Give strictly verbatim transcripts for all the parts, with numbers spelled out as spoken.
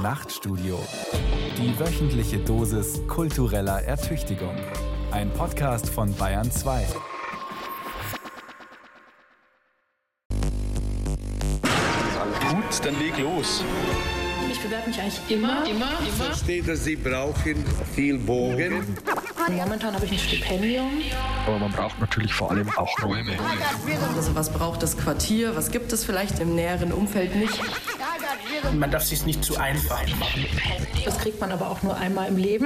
Nachtstudio. Die wöchentliche Dosis kultureller Ertüchtigung. Ein Podcast von Bayern zwei. Gut, dann leg los. Ich bewerbe mich eigentlich immer, immer, Ich immer. verstehe, dass Sie brauchen viel Bogen. Momentan habe ich ein Stipendium. Aber man braucht natürlich vor allem auch Räume. Also was braucht das Quartier? Was gibt es vielleicht im näheren Umfeld nicht? Man darf es sich nicht zu einfach machen. Das kriegt man aber auch nur einmal im Leben.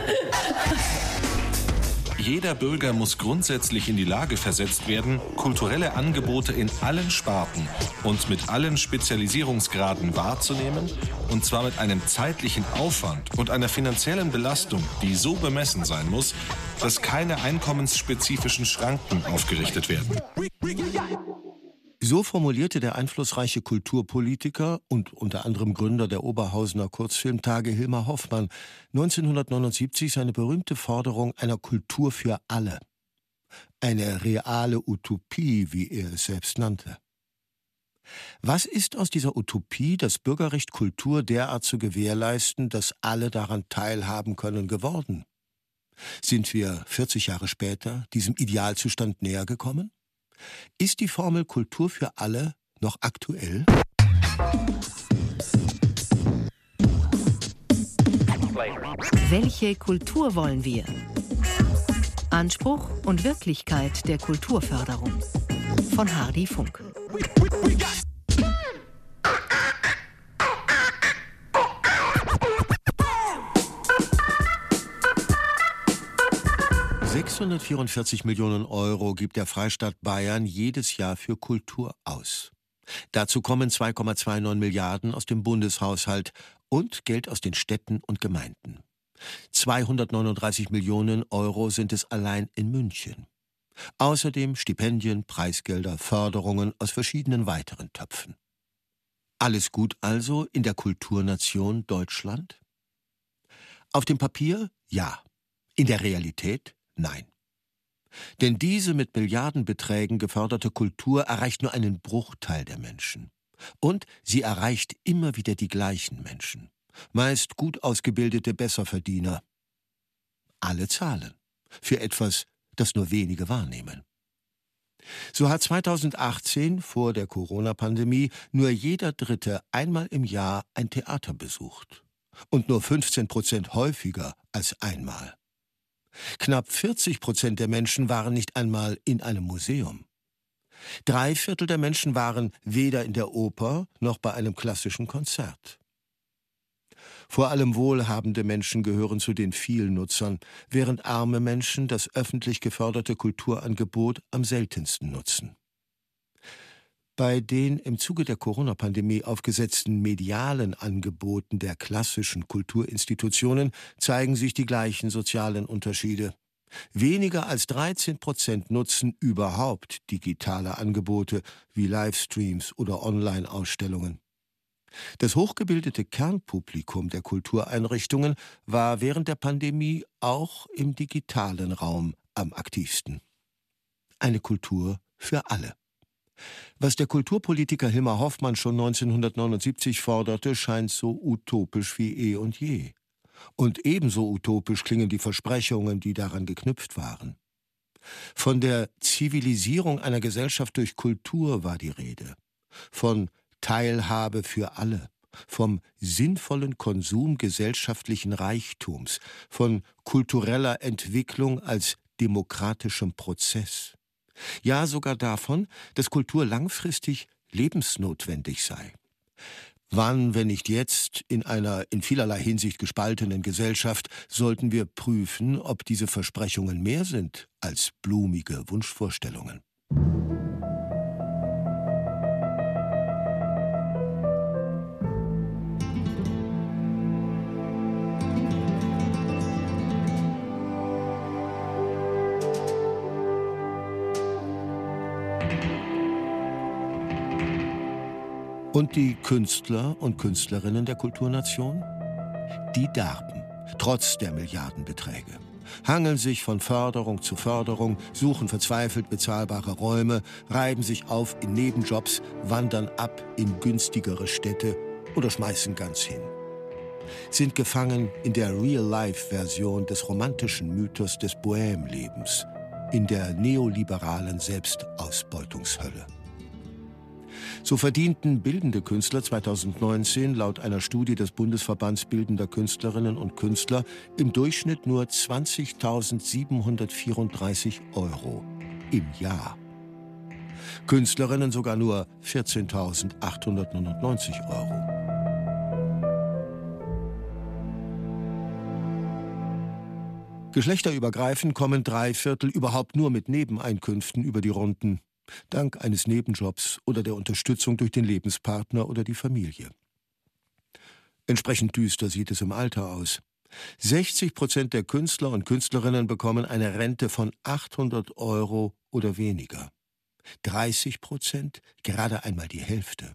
Jeder Bürger muss grundsätzlich in die Lage versetzt werden, kulturelle Angebote in allen Sparten und mit allen Spezialisierungsgraden wahrzunehmen, und zwar mit einem zeitlichen Aufwand und einer finanziellen Belastung, die so bemessen sein muss, dass keine einkommensspezifischen Schranken aufgerichtet werden. So formulierte der einflussreiche Kulturpolitiker und unter anderem Gründer der Oberhausener Kurzfilmtage Hilmar Hoffmann neunzehnhundertneunundsiebzig seine berühmte Forderung einer Kultur für alle. Eine reale Utopie, wie er es selbst nannte. Was ist aus dieser Utopie, das Bürgerrecht Kultur derart zu gewährleisten, dass alle daran teilhaben können, geworden? Sind wir vierzig Jahre später diesem Idealzustand näher gekommen? Ist die Formel Kultur für alle noch aktuell? Welche Kultur wollen wir? Anspruch und Wirklichkeit der Kulturförderung. Von Hardy Funk. sechshundertvierundvierzig Millionen Euro gibt der Freistaat Bayern jedes Jahr für Kultur aus. Dazu kommen zwei Komma neunundzwanzig Milliarden aus dem Bundeshaushalt und Geld aus den Städten und Gemeinden. zweihundertneununddreißig Millionen Euro sind es allein in München. Außerdem Stipendien, Preisgelder, Förderungen aus verschiedenen weiteren Töpfen. Alles gut also in der Kulturnation Deutschland? Auf dem Papier ja, in der Realität nein. Denn diese mit Milliardenbeträgen geförderte Kultur erreicht nur einen Bruchteil der Menschen. Und sie erreicht immer wieder die gleichen Menschen. Meist gut ausgebildete Besserverdiener. Alle zahlen. Für etwas, das nur wenige wahrnehmen. So hat zweitausendachtzehn, vor der Corona-Pandemie, nur jeder Dritte einmal im Jahr ein Theater besucht. Und nur fünfzehn Prozent häufiger als einmal. Knapp vierzig Prozent der Menschen waren nicht einmal in einem Museum. Drei Viertel der Menschen waren weder in der Oper noch bei einem klassischen Konzert. Vor allem wohlhabende Menschen gehören zu den Vielnutzern, während arme Menschen das öffentlich geförderte Kulturangebot am seltensten nutzen. Bei den im Zuge der Corona-Pandemie aufgesetzten medialen Angeboten der klassischen Kulturinstitutionen zeigen sich die gleichen sozialen Unterschiede. Weniger als dreizehn Prozent nutzen überhaupt digitale Angebote wie Livestreams oder Online-Ausstellungen. Das hochgebildete Kernpublikum der Kultureinrichtungen war während der Pandemie auch im digitalen Raum am aktivsten. Eine Kultur für alle. Was der Kulturpolitiker Hilmar Hoffmann schon neunzehnhundertneunundsiebzig forderte, scheint so utopisch wie eh und je. Und ebenso utopisch klingen die Versprechungen, die daran geknüpft waren. Von der Zivilisierung einer Gesellschaft durch Kultur war die Rede. Von Teilhabe für alle. Vom sinnvollen Konsum gesellschaftlichen Reichtums. Von kultureller Entwicklung als demokratischem Prozess. Ja, sogar davon, dass Kultur langfristig lebensnotwendig sei. Wann, wenn nicht jetzt, in einer in vielerlei Hinsicht gespaltenen Gesellschaft, sollten wir prüfen, ob diese Versprechungen mehr sind als blumige Wunschvorstellungen? Und die Künstler und Künstlerinnen der Kulturnation? Die darben, trotz der Milliardenbeträge. Hangeln sich von Förderung zu Förderung, suchen verzweifelt bezahlbare Räume, reiben sich auf in Nebenjobs, wandern ab in günstigere Städte oder schmeißen ganz hin. sind gefangen in der Real-Life-Version des romantischen Mythos des Bohème-Lebens, in der neoliberalen Selbstausbeutungshölle. So verdienten bildende Künstler zweitausendneunzehn laut einer Studie des Bundesverbands Bildender Künstlerinnen und Künstler im Durchschnitt nur zwanzigtausendsiebenhundertvierunddreißig Euro im Jahr. Künstlerinnen sogar nur vierzehntausendachthundertneunundneunzig Euro. Geschlechterübergreifend kommen drei Viertel überhaupt nur mit Nebeneinkünften über die Runden, dank eines Nebenjobs oder der Unterstützung durch den Lebenspartner oder die Familie. Entsprechend düster sieht es im Alter aus. sechzig Prozent der Künstler und Künstlerinnen bekommen eine Rente von achthundert Euro oder weniger. dreißig Prozent gerade einmal die Hälfte.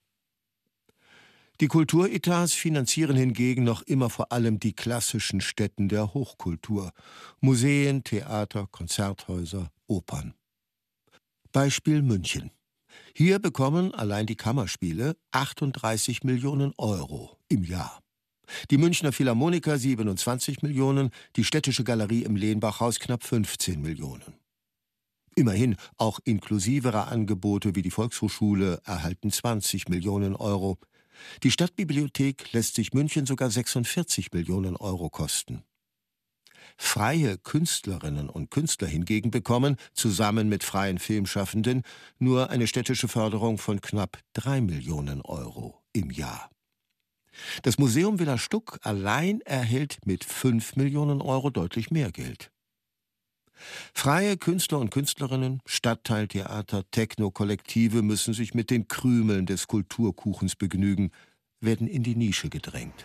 Die Kulturetats finanzieren hingegen noch immer vor allem die klassischen Stätten der Hochkultur: Museen, Theater, Konzerthäuser, Opern. Beispiel München. Hier bekommen allein die Kammerspiele achtunddreißig Millionen Euro im Jahr. Die Münchner Philharmoniker siebenundzwanzig Millionen, die Städtische Galerie im Lehnbachhaus knapp fünfzehn Millionen. Immerhin, auch inklusivere Angebote wie die Volkshochschule erhalten zwanzig Millionen Euro. Die Stadtbibliothek lässt sich München sogar sechsundvierzig Millionen Euro kosten. Freie Künstlerinnen und Künstler hingegen bekommen, zusammen mit freien Filmschaffenden, nur eine städtische Förderung von knapp drei Millionen Euro im Jahr. Das Museum Villa Stuck allein erhält mit fünf Millionen Euro deutlich mehr Geld. Freie Künstler und Künstlerinnen, Stadtteiltheater, Techno-Kollektive müssen sich mit den Krümeln des Kulturkuchens begnügen, werden in die Nische gedrängt.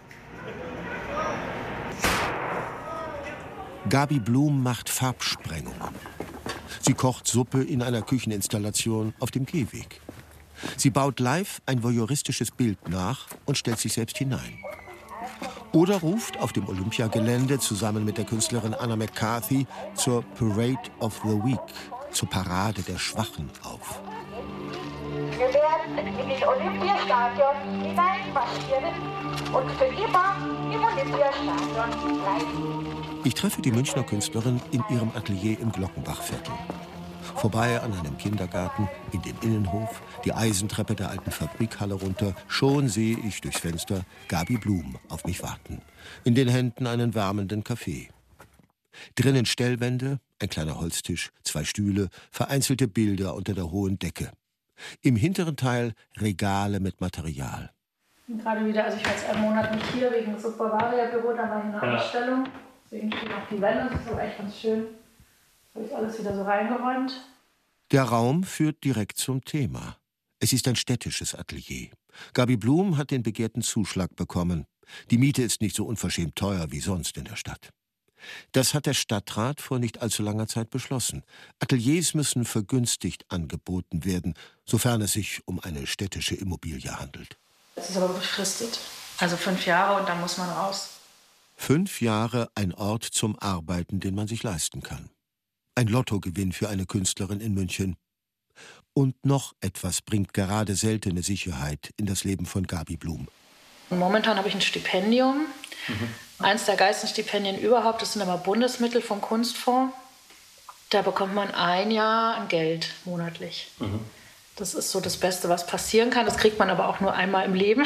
Gabi Blum macht Farbsprengung. Sie kocht Suppe in einer Kücheninstallation auf dem Gehweg. Sie baut live ein voyeuristisches Bild nach und stellt sich selbst hinein. Oder ruft auf dem Olympiagelände zusammen mit der Künstlerin Anna McCarthy zur Parade of the Weak, zur Parade der Schwachen auf. Wir werden in das Olympiastadion hineinmarschieren und für immer im Olympiastadion bleiben. Ich treffe die Münchner Künstlerin in ihrem Atelier im Glockenbachviertel. Vorbei an einem Kindergarten, in den Innenhof, die Eisentreppe der alten Fabrikhalle runter. Schon sehe ich durchs Fenster Gabi Blum auf mich warten. In den Händen einen wärmenden Kaffee. Drinnen Stellwände, ein kleiner Holztisch, zwei Stühle, vereinzelte Bilder unter der hohen Decke. Im hinteren Teil Regale mit Material. Gerade wieder, also ich war jetzt einen Monat nicht hier wegen des Bavaria-Büro, da war ich in einer ja. Ausstellung. Deswegen steht auch die Wände, das ist aber echt ganz schön. Habe ich alles wieder so reingeräumt. Der Raum führt direkt zum Thema. Es ist ein städtisches Atelier. Gabi Blum hat den begehrten Zuschlag bekommen. Die Miete ist nicht so unverschämt teuer wie sonst in der Stadt. Das hat der Stadtrat vor nicht allzu langer Zeit beschlossen. Ateliers müssen vergünstigt angeboten werden, sofern es sich um eine städtische Immobilie handelt. Es ist aber befristet. Also fünf Jahre und dann muss man raus. Fünf Jahre ein Ort zum Arbeiten, den man sich leisten kann. Ein Lottogewinn für eine Künstlerin in München. Und noch etwas bringt gerade seltene Sicherheit in das Leben von Gabi Blum. Momentan habe ich ein Stipendium. Mhm. Eins der geilsten Stipendien überhaupt. Das sind aber Bundesmittel vom Kunstfonds. Da bekommt man ein Jahr an Geld monatlich. Mhm. Das ist so das Beste, was passieren kann. Das kriegt man aber auch nur einmal im Leben.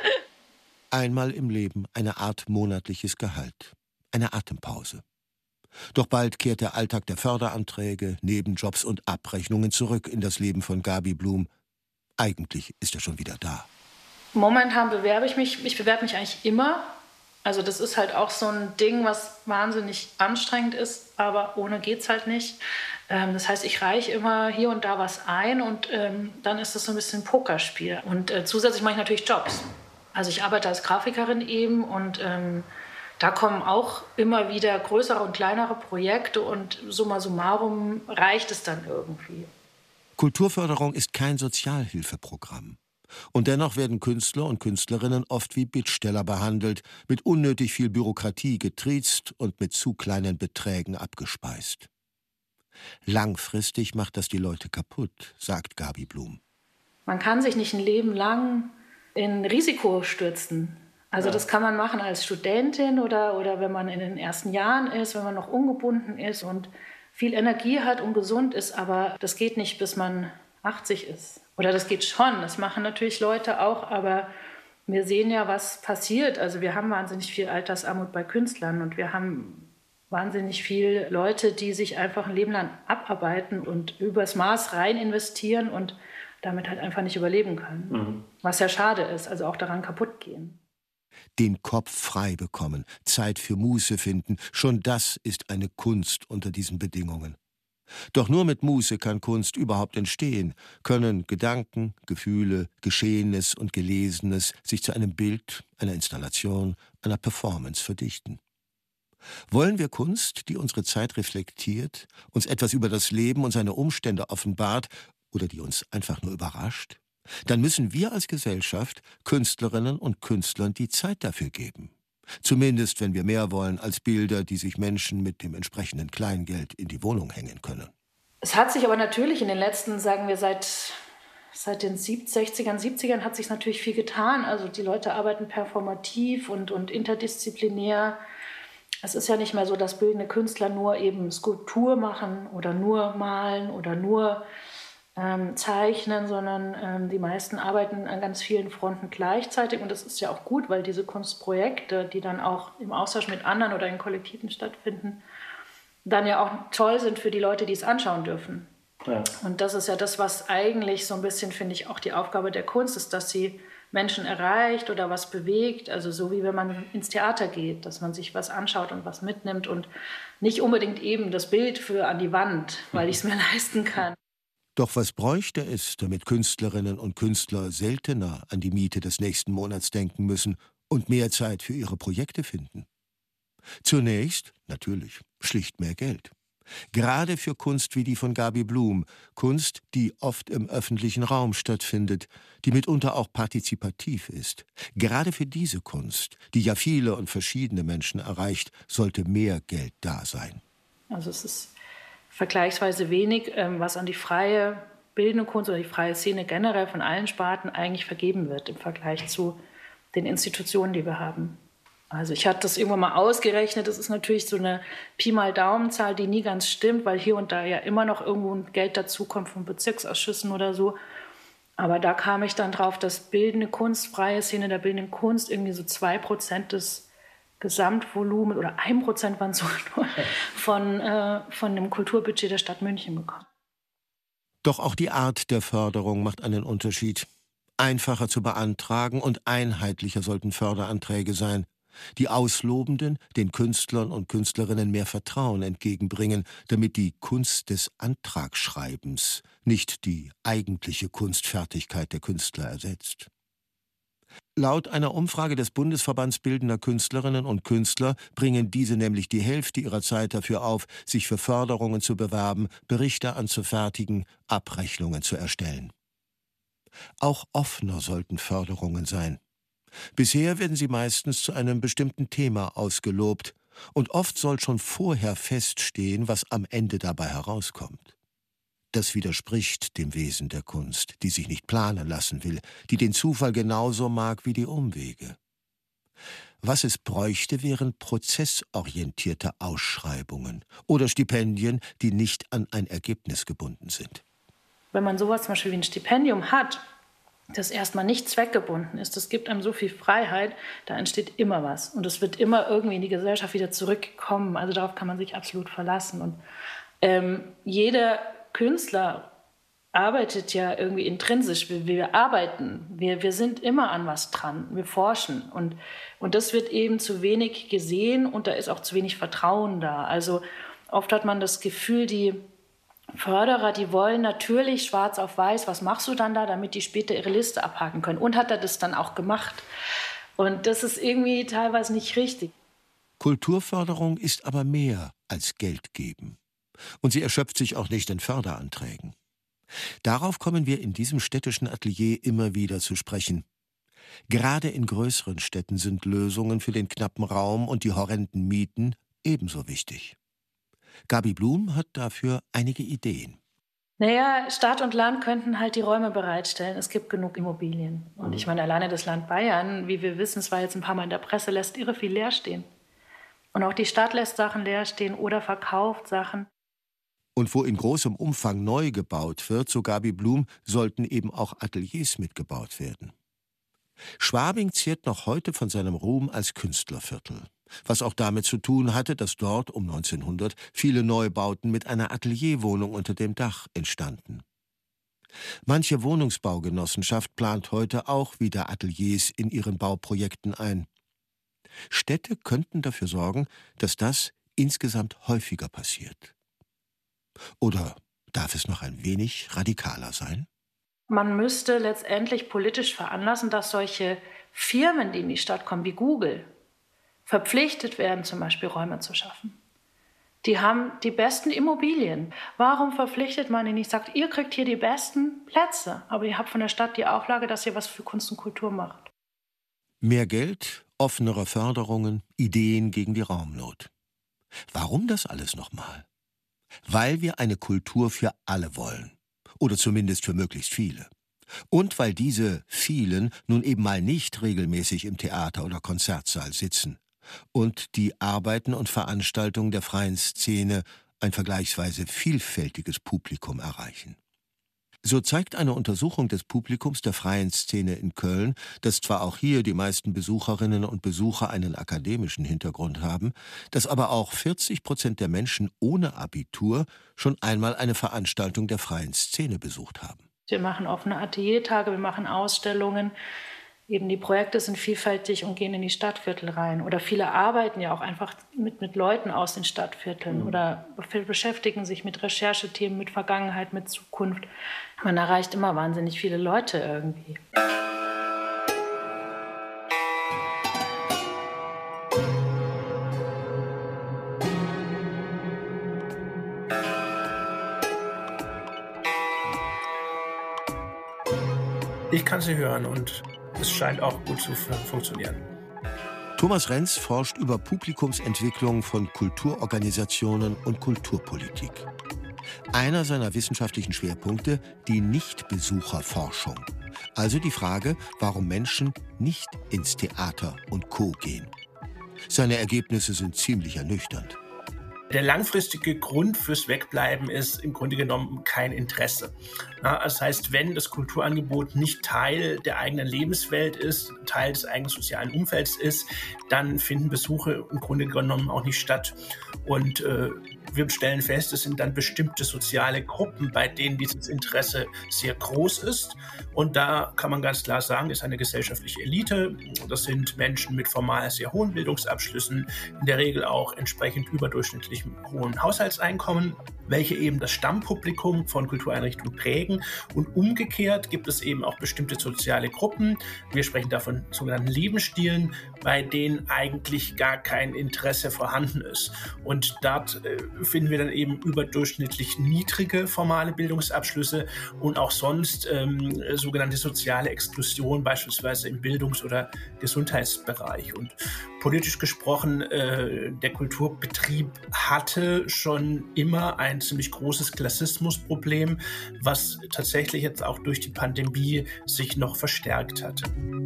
Einmal im Leben eine Art monatliches Gehalt. Eine Atempause. Doch bald kehrt der Alltag der Förderanträge, Nebenjobs und Abrechnungen zurück in das Leben von Gabi Blum. Eigentlich ist er schon wieder da. Momentan bewerbe ich mich. Ich bewerbe mich eigentlich immer. Also das ist halt auch so ein Ding, was wahnsinnig anstrengend ist, aber ohne geht's halt nicht. Ähm, das heißt, ich reiche immer hier und da was ein und ähm, dann ist das so ein bisschen ein Pokerspiel. Und äh, zusätzlich mache ich natürlich Jobs. Also ich arbeite als Grafikerin eben und ähm, da kommen auch immer wieder größere und kleinere Projekte und summa summarum reicht es dann irgendwie. Kulturförderung ist kein Sozialhilfeprogramm. Und dennoch werden Künstler und Künstlerinnen oft wie Bittsteller behandelt, mit unnötig viel Bürokratie getriezt und mit zu kleinen Beträgen abgespeist. Langfristig macht das die Leute kaputt, sagt Gabi Blum. Man kann sich nicht ein Leben lang in Risiko stürzen. Also das kann man machen als Studentin oder, oder wenn man in den ersten Jahren ist, wenn man noch ungebunden ist und viel Energie hat und gesund ist. Aber das geht nicht, bis man achtzig ist. Oder das geht schon, das machen natürlich Leute auch, aber wir sehen ja, was passiert. Also wir haben wahnsinnig viel Altersarmut bei Künstlern und wir haben wahnsinnig viel Leute, die sich einfach ein Leben lang abarbeiten und übers Maß rein investieren und damit halt einfach nicht überleben können. Mhm. Was ja schade ist, also auch daran kaputt gehen. Den Kopf frei bekommen, Zeit für Muße finden, schon das ist eine Kunst unter diesen Bedingungen. Doch nur mit Muße kann Kunst überhaupt entstehen, können Gedanken, Gefühle, Geschehenes und Gelesenes sich zu einem Bild, einer Installation, einer Performance verdichten. Wollen wir Kunst, die unsere Zeit reflektiert, uns etwas über das Leben und seine Umstände offenbart oder die uns einfach nur überrascht? Dann müssen wir als Gesellschaft Künstlerinnen und Künstlern die Zeit dafür geben. Zumindest, wenn wir mehr wollen als Bilder, die sich Menschen mit dem entsprechenden Kleingeld in die Wohnung hängen können. Es hat sich aber natürlich in den letzten, sagen wir, seit, seit den sechzigern, siebzigern hat sich natürlich viel getan. Also die Leute arbeiten performativ und, und interdisziplinär. Es ist ja nicht mehr so, dass bildende Künstler nur eben Skulptur machen oder nur malen oder nur ähm, zeichnen, sondern ähm, die meisten arbeiten an ganz vielen Fronten gleichzeitig. Und das ist ja auch gut, weil diese Kunstprojekte, die dann auch im Austausch mit anderen oder in Kollektiven stattfinden, dann ja auch toll sind für die Leute, die es anschauen dürfen. Ja. Und das ist ja das, was eigentlich so ein bisschen, finde ich, auch die Aufgabe der Kunst ist, dass sie Menschen erreicht oder was bewegt, also so wie wenn man ins Theater geht, dass man sich was anschaut und was mitnimmt und nicht unbedingt eben das Bild für an die Wand, weil ich es mir leisten kann. Doch was bräuchte es, damit Künstlerinnen und Künstler seltener an die Miete des nächsten Monats denken müssen und mehr Zeit für ihre Projekte finden? Zunächst, natürlich, schlicht mehr Geld. Gerade für Kunst wie die von Gabi Blum, Kunst, die oft im öffentlichen Raum stattfindet, die mitunter auch partizipativ ist. Gerade für diese Kunst, die ja viele und verschiedene Menschen erreicht, sollte mehr Geld da sein. Also es ist vergleichsweise wenig, was an die freie bildende Kunst oder die freie Szene generell von allen Sparten eigentlich vergeben wird im Vergleich zu den Institutionen, die wir haben. Also ich hatte das irgendwann mal ausgerechnet, das ist natürlich so eine Pi mal Daumenzahl, die nie ganz stimmt, weil hier und da ja immer noch irgendwo ein Geld dazukommt von Bezirksausschüssen oder so. Aber da kam ich dann drauf, dass bildende Kunst, freie Szene der bildenden Kunst irgendwie so zwei Prozent des Gesamtvolumens oder ein Prozent waren so nur von, äh, von dem Kulturbudget der Stadt München bekommen. Doch auch die Art der Förderung macht einen Unterschied. Einfacher zu beantragen und einheitlicher sollten Förderanträge sein, die Auslobenden den Künstlern und Künstlerinnen mehr Vertrauen entgegenbringen, damit die Kunst des Antragsschreibens nicht die eigentliche Kunstfertigkeit der Künstler ersetzt. Laut einer Umfrage des Bundesverbands Bildender Künstlerinnen und Künstler bringen diese nämlich die Hälfte ihrer Zeit dafür auf, sich für Förderungen zu bewerben, Berichte anzufertigen, Abrechnungen zu erstellen. Auch offener sollten Förderungen sein. Bisher werden sie meistens zu einem bestimmten Thema ausgelobt und oft soll schon vorher feststehen, was am Ende dabei herauskommt. Das widerspricht dem Wesen der Kunst, die sich nicht planen lassen will, die den Zufall genauso mag wie die Umwege. Was es bräuchte, wären prozessorientierte Ausschreibungen oder Stipendien, die nicht an ein Ergebnis gebunden sind. Wenn man sowas zum Beispiel wie ein Stipendium hat, das erstmal nicht zweckgebunden ist, das gibt einem so viel Freiheit, da entsteht immer was. Und es wird immer irgendwie in die Gesellschaft wieder zurückkommen. Also darauf kann man sich absolut verlassen. Und ähm, jeder Künstler arbeitet ja irgendwie intrinsisch. Wir, wir arbeiten, wir, wir sind immer an was dran, wir forschen. Und, und das wird eben zu wenig gesehen und da ist auch zu wenig Vertrauen da. Also oft hat man das Gefühl, die Förderer, die wollen natürlich schwarz auf weiß, was machst du dann da, damit die später ihre Liste abhaken können. Und hat er das dann auch gemacht. Und das ist irgendwie teilweise nicht richtig. Kulturförderung ist aber mehr als Geld geben. Und sie erschöpft sich auch nicht in Förderanträgen. Darauf kommen wir in diesem städtischen Atelier immer wieder zu sprechen. Gerade in größeren Städten sind Lösungen für den knappen Raum und die horrenden Mieten ebenso wichtig. Gabi Blum hat dafür einige Ideen. Naja, Stadt und Land könnten halt die Räume bereitstellen. Es gibt genug Immobilien. Und ich meine, alleine das Land Bayern, wie wir wissen, es war jetzt ein paar Mal in der Presse, lässt irre viel leer stehen. Und auch die Stadt lässt Sachen leer stehen oder verkauft Sachen. Und wo in großem Umfang neu gebaut wird, so Gabi Blum, sollten eben auch Ateliers mitgebaut werden. Schwabing zehrt noch heute von seinem Ruhm als Künstlerviertel. Was auch damit zu tun hatte, dass dort um neunzehnhundert viele Neubauten mit einer Atelierwohnung unter dem Dach entstanden. Manche Wohnungsbaugenossenschaft plant heute auch wieder Ateliers in ihren Bauprojekten ein. Städte könnten dafür sorgen, dass das insgesamt häufiger passiert. Oder darf es noch ein wenig radikaler sein? Man müsste letztendlich politisch veranlassen, dass solche Firmen, die in die Stadt kommen, wie Google, verpflichtet werden, zum Beispiel Räume zu schaffen. Die haben die besten Immobilien. Warum verpflichtet man die nicht? Sagt, ihr kriegt hier die besten Plätze, aber ihr habt von der Stadt die Auflage, dass ihr was für Kunst und Kultur macht. Mehr Geld, offenere Förderungen, Ideen gegen die Raumnot. Warum das alles nochmal? Weil wir eine Kultur für alle wollen. Oder zumindest für möglichst viele. Und weil diese vielen nun eben mal nicht regelmäßig im Theater oder Konzertsaal sitzen. Und die Arbeiten und Veranstaltungen der freien Szene ein vergleichsweise vielfältiges Publikum erreichen. So zeigt eine Untersuchung des Publikums der freien Szene in Köln, dass zwar auch hier die meisten Besucherinnen und Besucher einen akademischen Hintergrund haben, dass aber auch vierzig Prozent der Menschen ohne Abitur schon einmal eine Veranstaltung der freien Szene besucht haben. Wir machen offene Ateliertage, wir machen Ausstellungen. Eben die Projekte sind vielfältig und gehen in die Stadtviertel rein. Oder viele arbeiten ja auch einfach mit, mit Leuten aus den Stadtvierteln mhm. oder beschäftigen sich mit Recherchethemen, mit Vergangenheit, mit Zukunft. Man erreicht immer wahnsinnig viele Leute irgendwie. Ich kann sie hören und es scheint auch gut zu funktionieren. Thomas Renz forscht über Publikumsentwicklung von Kulturorganisationen und Kulturpolitik. Einer seiner wissenschaftlichen Schwerpunkte die Nichtbesucherforschung. Also die Frage, warum Menschen nicht ins Theater und Co. gehen. Seine Ergebnisse sind ziemlich ernüchternd. Der langfristige Grund fürs Wegbleiben ist im Grunde genommen kein Interesse. Ja, das heißt, wenn das Kulturangebot nicht Teil der eigenen Lebenswelt ist, Teil des eigenen sozialen Umfelds ist, dann finden Besuche im Grunde genommen auch nicht statt. Und äh, wir stellen fest, es sind dann bestimmte soziale Gruppen, bei denen dieses Interesse sehr groß ist. Und da kann man ganz klar sagen, ist eine gesellschaftliche Elite. Das sind Menschen mit formal sehr hohen Bildungsabschlüssen, in der Regel auch entsprechend überdurchschnittlich hohen Haushaltseinkommen, welche eben das Stammpublikum von Kultureinrichtungen prägen. Und umgekehrt gibt es eben auch bestimmte soziale Gruppen. Wir sprechen da von sogenannten Lebensstilen, bei denen eigentlich gar kein Interesse vorhanden ist. Und dort äh, finden wir dann eben überdurchschnittlich niedrige formale Bildungsabschlüsse und auch sonst ähm, sogenannte soziale Exklusion, beispielsweise im Bildungs- oder Gesundheitsbereich. Und politisch gesprochen, äh, der Kulturbetrieb hatte schon immer ein ziemlich großes Klassismusproblem, was tatsächlich jetzt auch durch die Pandemie sich noch verstärkt hat.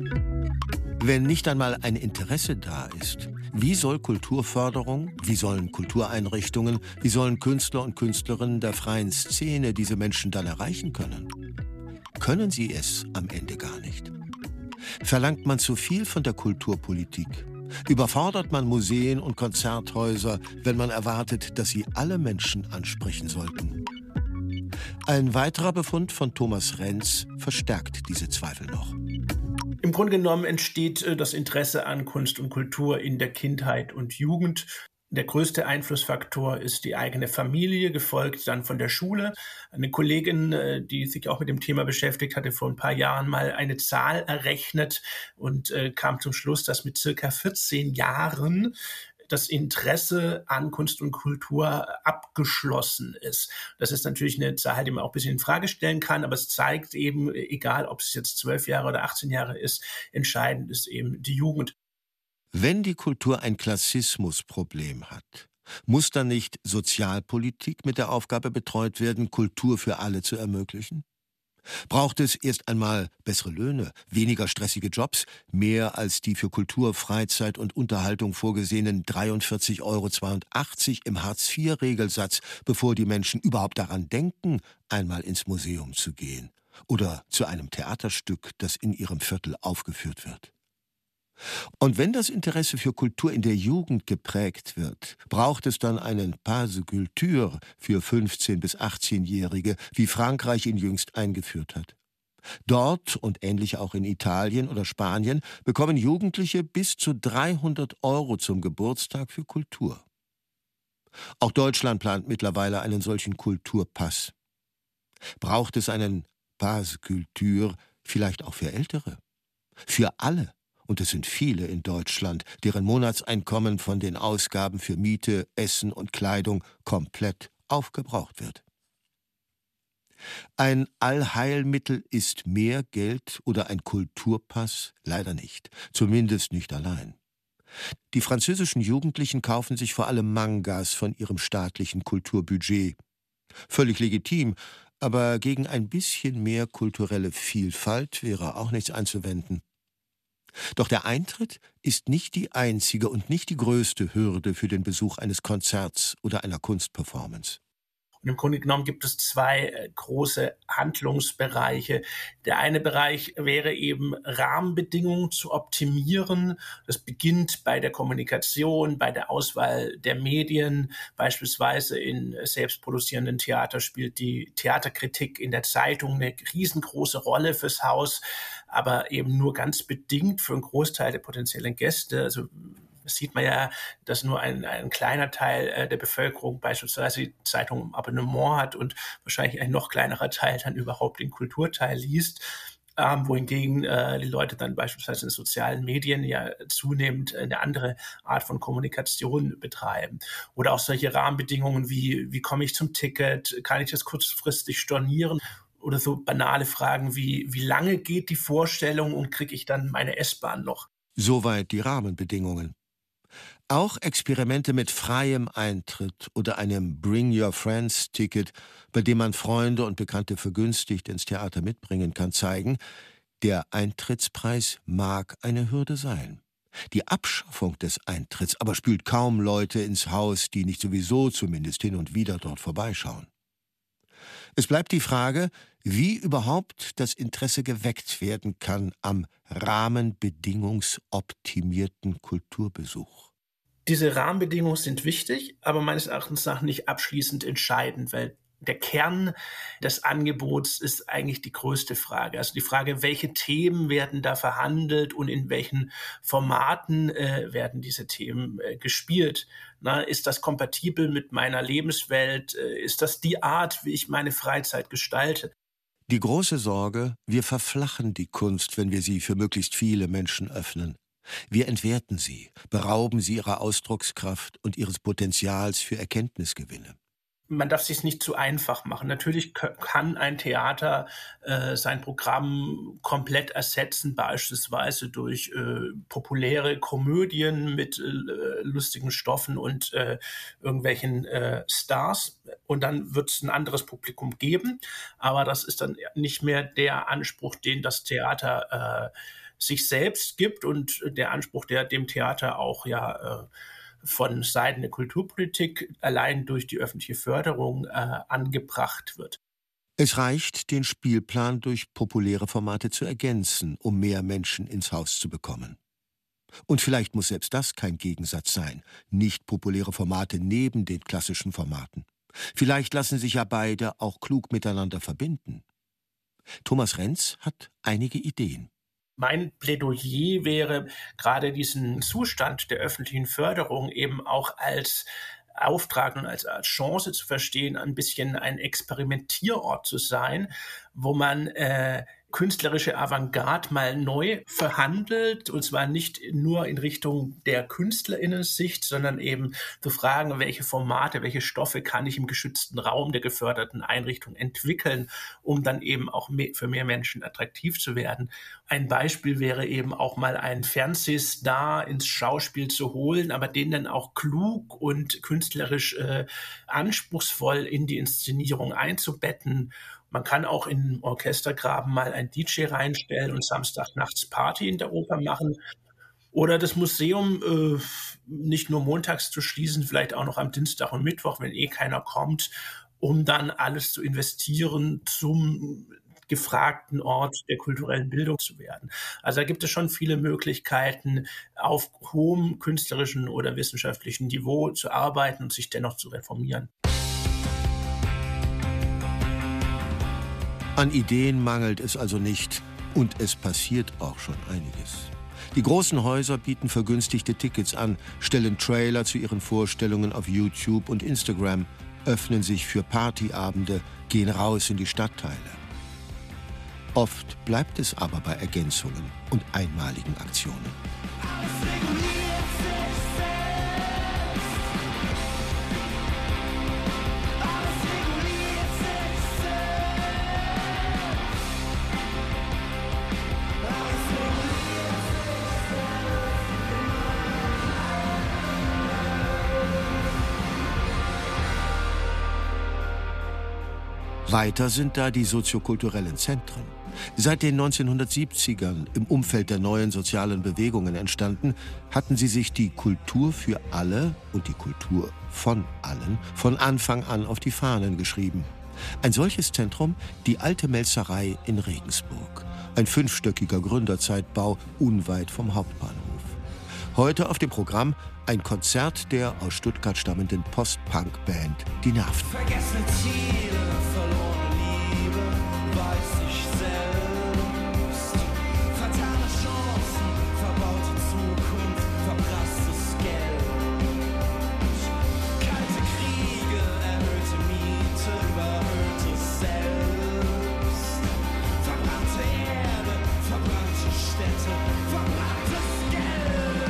Wenn nicht einmal ein Interesse da ist, wie soll Kulturförderung, wie sollen Kultureinrichtungen, wie sollen Künstler und Künstlerinnen der freien Szene diese Menschen dann erreichen können? Können sie es am Ende gar nicht? Verlangt man zu viel von der Kulturpolitik? Überfordert man Museen und Konzerthäuser, wenn man erwartet, dass sie alle Menschen ansprechen sollten? Ein weiterer Befund von Thomas Renz verstärkt diese Zweifel noch. Im Grunde genommen entsteht das Interesse an Kunst und Kultur in der Kindheit und Jugend. Der größte Einflussfaktor ist die eigene Familie, gefolgt dann von der Schule. Eine Kollegin, die sich auch mit dem Thema beschäftigt, hatte vor ein paar Jahren mal eine Zahl errechnet und äh, kam zum Schluss, dass mit circa vierzehn Jahren das Interesse an Kunst und Kultur abgeschlossen ist. Das ist natürlich eine Zahl, die man auch ein bisschen in Frage stellen kann, aber es zeigt eben, egal ob es jetzt zwölf Jahre oder achtzehn Jahre ist, entscheidend ist eben die Jugend. Wenn die Kultur ein Klassismusproblem hat, Muss dann nicht Sozialpolitik mit der Aufgabe betreut werden, Kultur für alle zu ermöglichen? Braucht es erst einmal bessere Löhne, weniger stressige Jobs, mehr als die für Kultur, Freizeit und Unterhaltung vorgesehenen dreiundvierzig Euro zweiundachtzig im Hartz-vier-Regelsatz, bevor die Menschen überhaupt daran denken, einmal ins Museum zu gehen oder zu einem Theaterstück, das in ihrem Viertel aufgeführt wird? Und wenn das Interesse für Kultur in der Jugend geprägt wird, braucht es dann einen Pass Culture für fünfzehn- bis achtzehnjährige, wie Frankreich ihn jüngst eingeführt hat. Dort und ähnlich auch in Italien oder Spanien bekommen Jugendliche bis zu dreihundert Euro zum Geburtstag für Kultur. Auch Deutschland plant mittlerweile einen solchen Kulturpass. Braucht es einen Pass Culture vielleicht auch für Ältere? Für alle? Und es sind viele in Deutschland, deren Monatseinkommen von den Ausgaben für Miete, Essen und Kleidung komplett aufgebraucht wird. Ein Allheilmittel ist mehr Geld oder ein Kulturpass leider nicht, zumindest nicht allein. Die französischen Jugendlichen kaufen sich vor allem Mangas von ihrem staatlichen Kulturbudget. Völlig legitim, aber gegen ein bisschen mehr kulturelle Vielfalt wäre auch nichts einzuwenden. Doch der Eintritt ist nicht die einzige und nicht die größte Hürde für den Besuch eines Konzerts oder einer Kunstperformance. Und im Grunde genommen gibt es zwei äh, große Handlungsbereiche. Der eine Bereich wäre eben, Rahmenbedingungen zu optimieren. Das beginnt bei der Kommunikation, bei der Auswahl der Medien. Beispielsweise in selbstproduzierenden Theater spielt die Theaterkritik in der Zeitung eine riesengroße Rolle fürs Haus, aber eben nur ganz bedingt für einen Großteil der potenziellen Gäste. Also das sieht man ja, dass nur ein, ein kleiner Teil äh, der Bevölkerung beispielsweise die Zeitung im Abonnement hat und wahrscheinlich ein noch kleinerer Teil dann überhaupt den Kulturteil liest. Ähm, wohingegen äh, die Leute dann beispielsweise in sozialen Medien ja zunehmend eine andere Art von Kommunikation betreiben. Oder auch solche Rahmenbedingungen wie, wie komme ich zum Ticket, kann ich das kurzfristig stornieren? Oder so banale Fragen wie, wie lange geht die Vorstellung und kriege ich dann meine S-Bahn noch? Soweit die Rahmenbedingungen. Auch Experimente mit freiem Eintritt oder einem Bring-Your-Friends-Ticket, bei dem man Freunde und Bekannte vergünstigt ins Theater mitbringen kann, zeigen, der Eintrittspreis mag eine Hürde sein. Die Abschaffung des Eintritts aber spült kaum Leute ins Haus, die nicht sowieso zumindest hin und wieder dort vorbeischauen. Es bleibt die Frage, wie überhaupt das Interesse geweckt werden kann am rahmenbedingungsoptimierten Kulturbesuch. Diese Rahmenbedingungen sind wichtig, aber meines Erachtens nach nicht abschließend entscheidend, weil der Kern des Angebots ist eigentlich die größte Frage. Also die Frage, welche Themen werden da verhandelt und in welchen Formaten äh, werden diese Themen äh, gespielt. Na, ist das kompatibel mit meiner Lebenswelt? Äh, ist das die Art, wie ich meine Freizeit gestalte? Die große Sorge, wir verflachen die Kunst, wenn wir sie für möglichst viele Menschen öffnen. Wir entwerten sie, berauben sie ihrer Ausdruckskraft und ihres Potenzials für Erkenntnisgewinne. Man darf es sich nicht zu einfach machen. Natürlich kann ein Theater äh, sein Programm komplett ersetzen, beispielsweise durch äh, populäre Komödien mit äh, lustigen Stoffen und äh, irgendwelchen äh, Stars. Und dann wird es ein anderes Publikum geben. Aber das ist dann nicht mehr der Anspruch, den das Theater äh, sich selbst gibt und der Anspruch, der dem Theater auch ja äh, von Seiten der Kulturpolitik allein durch die öffentliche Förderung äh, angebracht wird. Es reicht, den Spielplan durch populäre Formate zu ergänzen, um mehr Menschen ins Haus zu bekommen. Und vielleicht muss selbst das kein Gegensatz sein, nicht populäre Formate neben den klassischen Formaten. Vielleicht lassen sich ja beide auch klug miteinander verbinden. Thomas Renz hat einige Ideen. Mein Plädoyer wäre, gerade diesen Zustand der öffentlichen Förderung eben auch als Auftrag und als, als Chance zu verstehen, ein bisschen ein Experimentierort zu sein, wo man äh, künstlerische Avantgarde mal neu verhandelt, und zwar nicht nur in Richtung der KünstlerInnen-Sicht, sondern eben zu fragen, welche Formate, welche Stoffe kann ich im geschützten Raum der geförderten Einrichtung entwickeln, um dann eben auch mehr, für mehr Menschen attraktiv zu werden. Ein Beispiel wäre eben auch mal einen Fernsehstar ins Schauspiel zu holen, aber den dann auch klug und künstlerisch äh, anspruchsvoll in die Inszenierung einzubetten. Man kann auch in Orchestergraben mal ein D J reinstellen und Samstagnachts Party in der Oper machen. Oder das Museum äh, nicht nur montags zu schließen, vielleicht auch noch am Dienstag und Mittwoch, wenn eh keiner kommt, um dann alles zu investieren, zum gefragten Ort der kulturellen Bildung zu werden. Also da gibt es schon viele Möglichkeiten, auf hohem künstlerischen oder wissenschaftlichen Niveau zu arbeiten und sich dennoch zu reformieren. An Ideen mangelt es also nicht. Und es passiert auch schon einiges. Die großen Häuser bieten vergünstigte Tickets an, stellen Trailer zu ihren Vorstellungen auf YouTube und Instagram, öffnen sich für Partyabende, gehen raus in die Stadtteile. Oft bleibt es aber bei Ergänzungen und einmaligen Aktionen. Weiter sind da die soziokulturellen Zentren. Seit den neunzehnhundertsiebzigern im Umfeld der neuen sozialen Bewegungen entstanden, hatten sie sich die Kultur für alle und die Kultur von allen von Anfang an auf die Fahnen geschrieben. Ein solches Zentrum, die Alte Melzerei in Regensburg. Ein fünfstöckiger Gründerzeitbau unweit vom Hauptbahnhof. Heute auf dem Programm ein Konzert der aus Stuttgart stammenden Post-Punk-Band Die Nerven. Vergessene Ziele, verlorene Liebe, weiß ich selbst. Fatale Chancen, verbaute Zukunft, verprasstes Geld. Kalte Kriege, erhöhte Miete, überhöhtes Selbst. Verbrannte Erde, verbrannte Städte, verbranntes Geld.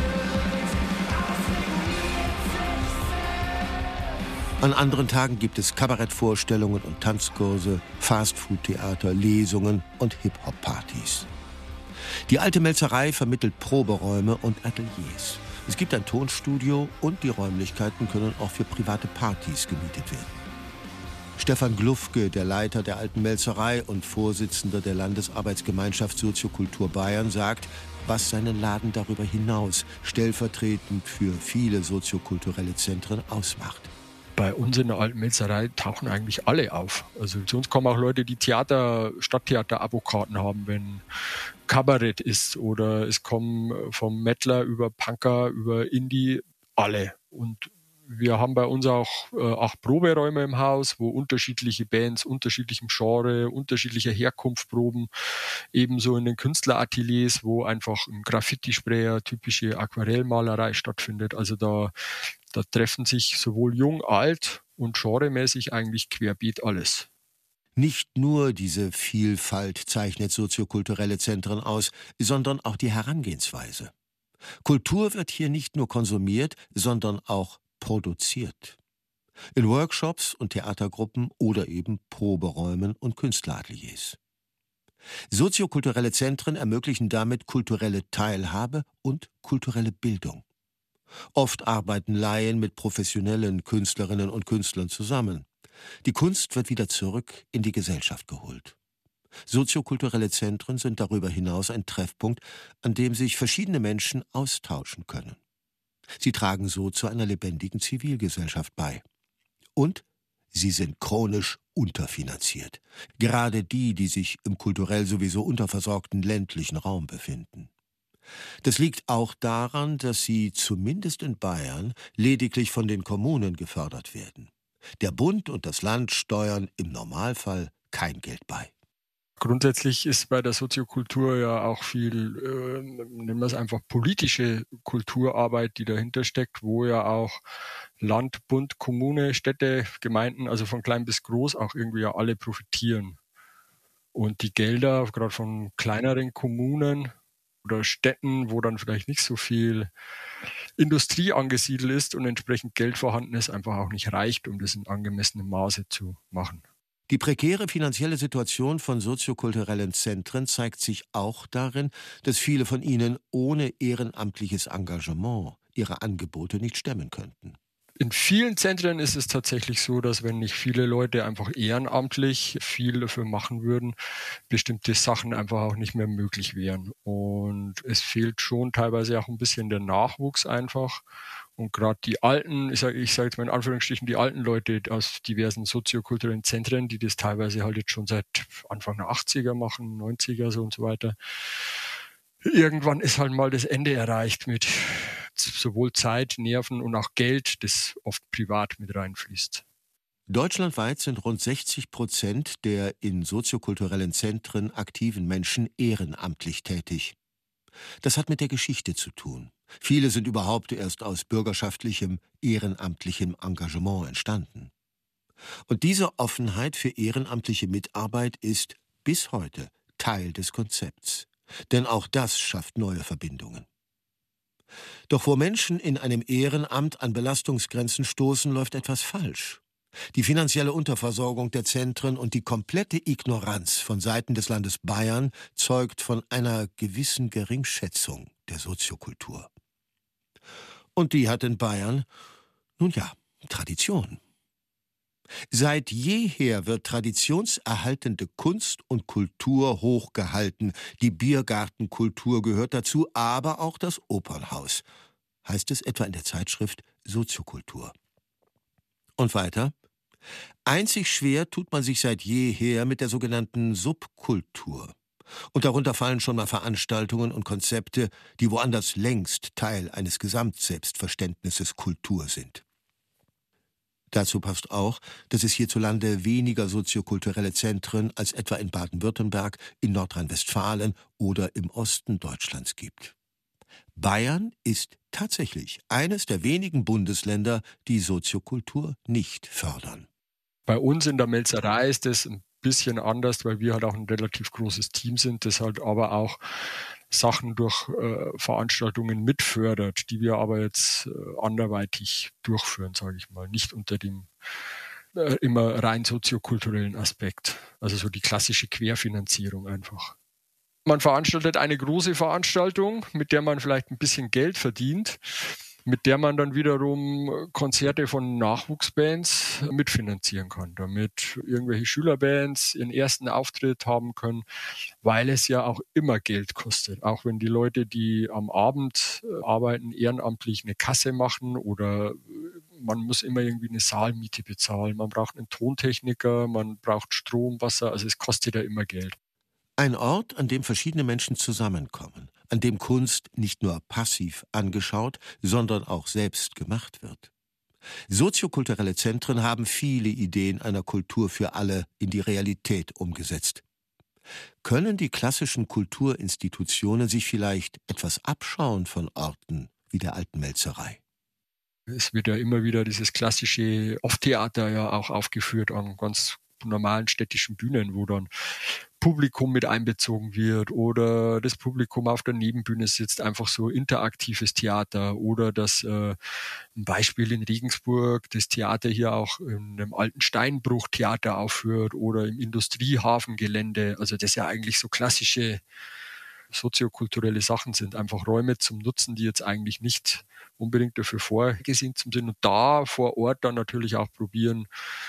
An anderen Tagen gibt es Kabarettvorstellungen und Tanzkurse, Fastfood-Theater, Lesungen und Hip-Hop-Partys. Die Alte Melzerei vermittelt Proberäume und Ateliers. Es gibt ein Tonstudio und die Räumlichkeiten können auch für private Partys gemietet werden. Stefan Glufke, der Leiter der Alten Melzerei und Vorsitzender der Landesarbeitsgemeinschaft Soziokultur Bayern, sagt, was seinen Laden darüber hinaus stellvertretend für viele soziokulturelle Zentren ausmacht. Bei uns in der Alten Melzerei tauchen eigentlich alle auf. Also zu uns kommen auch Leute, die Theater, Stadttheater-Abokarten haben, wenn Kabarett ist. Oder es kommen vom Mettler über Punker, über Indie, alle. Und wir haben bei uns auch äh, acht Proberäume im Haus, wo unterschiedliche Bands, unterschiedlichem Genre, unterschiedlicher Herkunft proben. Ebenso in den Künstlerateliers, wo einfach ein Graffiti-Sprayer, typische Aquarellmalerei stattfindet. Also da, da treffen sich sowohl jung, alt und genremäßig eigentlich querbeet alles. Nicht nur diese Vielfalt zeichnet soziokulturelle Zentren aus, sondern auch die Herangehensweise. Kultur wird hier nicht nur konsumiert, sondern auch produziert. In Workshops und Theatergruppen oder eben Proberäumen und Künstlerateliers. Soziokulturelle Zentren ermöglichen damit kulturelle Teilhabe und kulturelle Bildung. Oft arbeiten Laien mit professionellen Künstlerinnen und Künstlern zusammen. Die Kunst wird wieder zurück in die Gesellschaft geholt. Soziokulturelle Zentren sind darüber hinaus ein Treffpunkt, an dem sich verschiedene Menschen austauschen können. Sie tragen so zu einer lebendigen Zivilgesellschaft bei. Und sie sind chronisch unterfinanziert. Gerade die, die sich im kulturell sowieso unterversorgten ländlichen Raum befinden. Das liegt auch daran, dass sie, zumindest in Bayern, lediglich von den Kommunen gefördert werden. Der Bund und das Land steuern im Normalfall kein Geld bei. Grundsätzlich ist bei der Soziokultur ja auch viel, äh, nennen wir es einfach, politische Kulturarbeit, die dahinter steckt, wo ja auch Land, Bund, Kommune, Städte, Gemeinden, also von klein bis groß auch irgendwie ja alle profitieren. Und die Gelder, gerade von kleineren Kommunen oder Städten, wo dann vielleicht nicht so viel Industrie angesiedelt ist und entsprechend Geld vorhanden ist, einfach auch nicht reicht, um das in angemessenem Maße zu machen. Die prekäre finanzielle Situation von soziokulturellen Zentren zeigt sich auch darin, dass viele von ihnen ohne ehrenamtliches Engagement ihre Angebote nicht stemmen könnten. In vielen Zentren ist es tatsächlich so, dass wenn nicht viele Leute einfach ehrenamtlich viel dafür machen würden, bestimmte Sachen einfach auch nicht mehr möglich wären. Und es fehlt schon teilweise auch ein bisschen der Nachwuchs einfach. Und gerade die alten, ich sage ich sag jetzt mal in Anführungsstrichen, die alten Leute aus diversen soziokulturellen Zentren, die das teilweise halt jetzt schon seit Anfang der achtziger machen, neunziger so und so weiter. Irgendwann ist halt mal das Ende erreicht mit sowohl Zeit, Nerven und auch Geld, das oft privat mit reinfließt. Deutschlandweit sind rund sechzig Prozent der in soziokulturellen Zentren aktiven Menschen ehrenamtlich tätig. Das hat mit der Geschichte zu tun. Viele sind überhaupt erst aus bürgerschaftlichem, ehrenamtlichem Engagement entstanden. Und diese Offenheit für ehrenamtliche Mitarbeit ist bis heute Teil des Konzepts. Denn auch das schafft neue Verbindungen. Doch wo Menschen in einem Ehrenamt an Belastungsgrenzen stoßen, läuft etwas falsch. Die finanzielle Unterversorgung der Zentren und die komplette Ignoranz von Seiten des Landes Bayern zeugt von einer gewissen Geringschätzung der Soziokultur. Und die hat in Bayern, nun ja, Tradition. Seit jeher wird traditionserhaltende Kunst und Kultur hochgehalten. Die Biergartenkultur gehört dazu, aber auch das Opernhaus, heißt es etwa in der Zeitschrift Soziokultur. Und weiter? Einzig schwer tut man sich seit jeher mit der sogenannten Subkultur. Und darunter fallen schon mal Veranstaltungen und Konzepte, die woanders längst Teil eines Gesamtselbstverständnisses Kultur sind. Dazu passt auch, dass es hierzulande weniger soziokulturelle Zentren als etwa in Baden-Württemberg, in Nordrhein-Westfalen oder im Osten Deutschlands gibt. Bayern ist tatsächlich eines der wenigen Bundesländer, die Soziokultur nicht fördern. Bei uns in der Melzerei ist das ein bisschen anders, weil wir halt auch ein relativ großes Team sind, das halt aber auch Sachen durch äh, Veranstaltungen mitfördert, die wir aber jetzt äh, anderweitig durchführen, sage ich mal, nicht unter dem äh, immer rein soziokulturellen Aspekt, also so die klassische Querfinanzierung einfach. Man veranstaltet eine große Veranstaltung, mit der man vielleicht ein bisschen Geld verdient, mit der man dann wiederum Konzerte von Nachwuchsbands mitfinanzieren kann, damit irgendwelche Schülerbands ihren ersten Auftritt haben können, weil es ja auch immer Geld kostet. Auch wenn die Leute, die am Abend arbeiten, ehrenamtlich eine Kasse machen oder man muss immer irgendwie eine Saalmiete bezahlen, man braucht einen Tontechniker, man braucht Strom, Wasser, also es kostet ja immer Geld. Ein Ort, an dem verschiedene Menschen zusammenkommen, an dem Kunst nicht nur passiv angeschaut, sondern auch selbst gemacht wird. Soziokulturelle Zentren haben viele Ideen einer Kultur für alle in die Realität umgesetzt. Können die klassischen Kulturinstitutionen sich vielleicht etwas abschauen von Orten wie der Alten Melzerei? Es wird ja immer wieder dieses klassische Off-Theater ja auch aufgeführt an ganz normalen städtischen Bühnen, wo dann Publikum mit einbezogen wird oder das Publikum auf der Nebenbühne sitzt, einfach so interaktives Theater oder das äh, ein Beispiel in Regensburg, das Theater hier auch in einem alten Steinbruchtheater aufführt oder im Industriehafengelände, also das ja eigentlich so klassische soziokulturelle Sachen sind, einfach Räume zum Nutzen, die jetzt eigentlich nicht unbedingt dafür vorgesehen sind und da vor Ort dann natürlich auch probieren,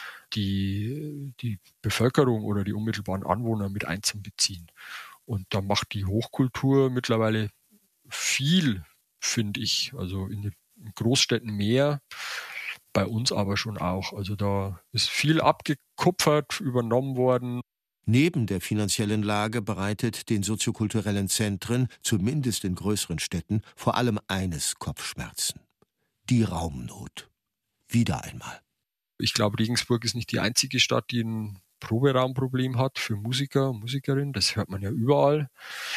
die, die Bevölkerung oder die unmittelbaren Anwohner mit einzubeziehen. Und da macht die Hochkultur mittlerweile viel, finde ich. Also in den Großstädten mehr, bei uns aber schon auch. Also da ist viel abgekupfert, übernommen worden. Neben der finanziellen Lage bereitet den soziokulturellen Zentren, zumindest in größeren Städten, vor allem eines Kopfschmerzen: die Raumnot. Wieder einmal. Ich glaube, Regensburg ist nicht die einzige Stadt, die ein Proberaumproblem hat für Musiker und Musikerinnen. Das hört man ja überall.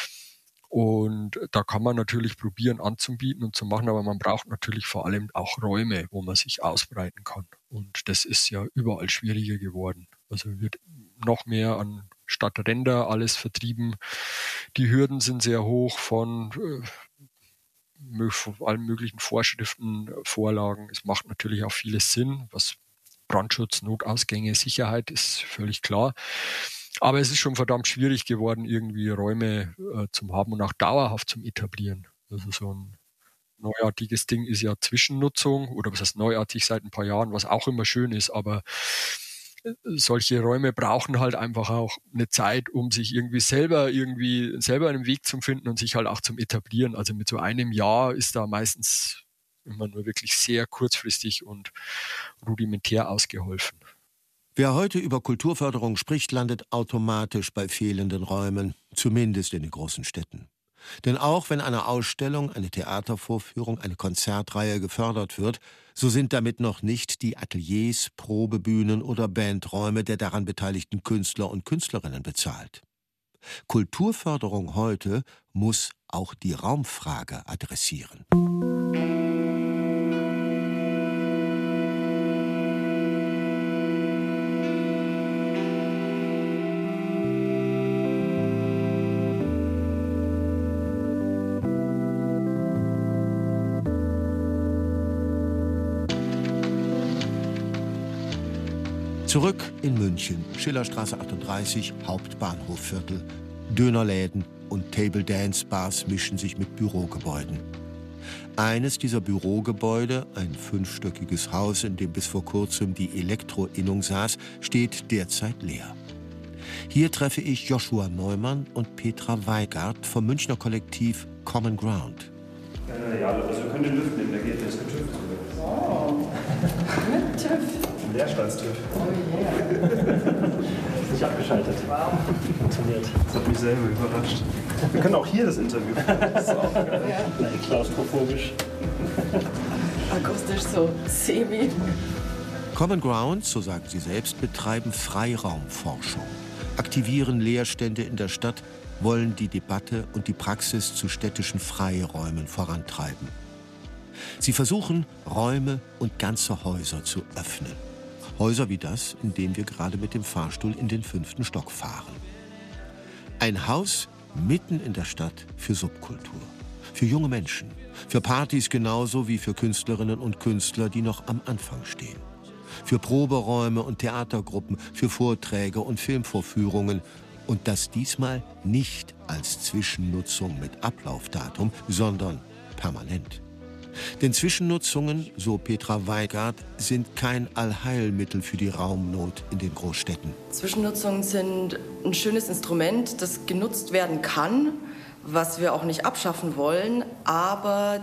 Und da kann man natürlich probieren anzubieten und zu machen, aber man braucht natürlich vor allem auch Räume, wo man sich ausbreiten kann. Und das ist ja überall schwieriger geworden. Also wird noch mehr an Stadtränder alles vertrieben. Die Hürden sind sehr hoch von, äh, von allen möglichen Vorschriften, Vorlagen. Es macht natürlich auch vieles Sinn, was Brandschutz, Notausgänge, Sicherheit ist völlig klar. Aber es ist schon verdammt schwierig geworden, irgendwie Räume äh, zum haben und auch dauerhaft zum etablieren. Also so ein neuartiges Ding ist ja Zwischennutzung oder was heißt neuartig seit ein paar Jahren, was auch immer schön ist, aber solche Räume brauchen halt einfach auch eine Zeit, um sich irgendwie selber irgendwie selber einen Weg zu finden und sich halt auch zum etablieren. Also mit so einem Jahr ist da meistens immer nur wirklich sehr kurzfristig und rudimentär ausgeholfen. Wer heute über Kulturförderung spricht, landet automatisch bei fehlenden Räumen, zumindest in den großen Städten. Denn auch wenn eine Ausstellung, eine Theatervorführung, eine Konzertreihe gefördert wird, so sind damit noch nicht die Ateliers, Probebühnen oder Bandräume der daran beteiligten Künstler und Künstlerinnen bezahlt. Kulturförderung heute muss auch die Raumfrage adressieren. Zurück in München, Schillerstraße achtunddreißig, Hauptbahnhofviertel. Dönerläden und Table-Dance-Bars mischen sich mit Bürogebäuden. Eines dieser Bürogebäude, ein fünfstöckiges Haus, in dem bis vor kurzem die Elektro-Innung saß, steht derzeit leer. Hier treffe ich Joshua Neumann und Petra Weigart vom Münchner Kollektiv Common Ground. Äh, ja, also wir können den TÜV nehmen, der geht, der ist mit TÜV. Oh, mit TÜV. Leerstands-TÜV. Oh yeah. Ist nicht abgeschaltet. Wow. Funktioniert. Das hat mich selber überrascht. Wir können auch hier das Interview führen. Das ist auch geil. Ja. Nein, klaustrophobisch. Akustisch so semi. Common Ground, so sagen sie selbst, betreiben Freiraumforschung, aktivieren Leerstände in der Stadt, wollen die Debatte und die Praxis zu städtischen Freiräumen vorantreiben. Sie versuchen, Räume und ganze Häuser zu öffnen. Häuser wie das, in dem wir gerade mit dem Fahrstuhl in den fünften Stock fahren. Ein Haus mitten in der Stadt für Subkultur, für junge Menschen, für Partys genauso wie für Künstlerinnen und Künstler, die noch am Anfang stehen. Für Proberäume und Theatergruppen, für Vorträge und Filmvorführungen. Und das diesmal nicht als Zwischennutzung mit Ablaufdatum, sondern permanent. Denn Zwischennutzungen, so Petra Weigart, sind kein Allheilmittel für die Raumnot in den Großstädten. Zwischennutzungen sind ein schönes Instrument, das genutzt werden kann, was wir auch nicht abschaffen wollen. Aber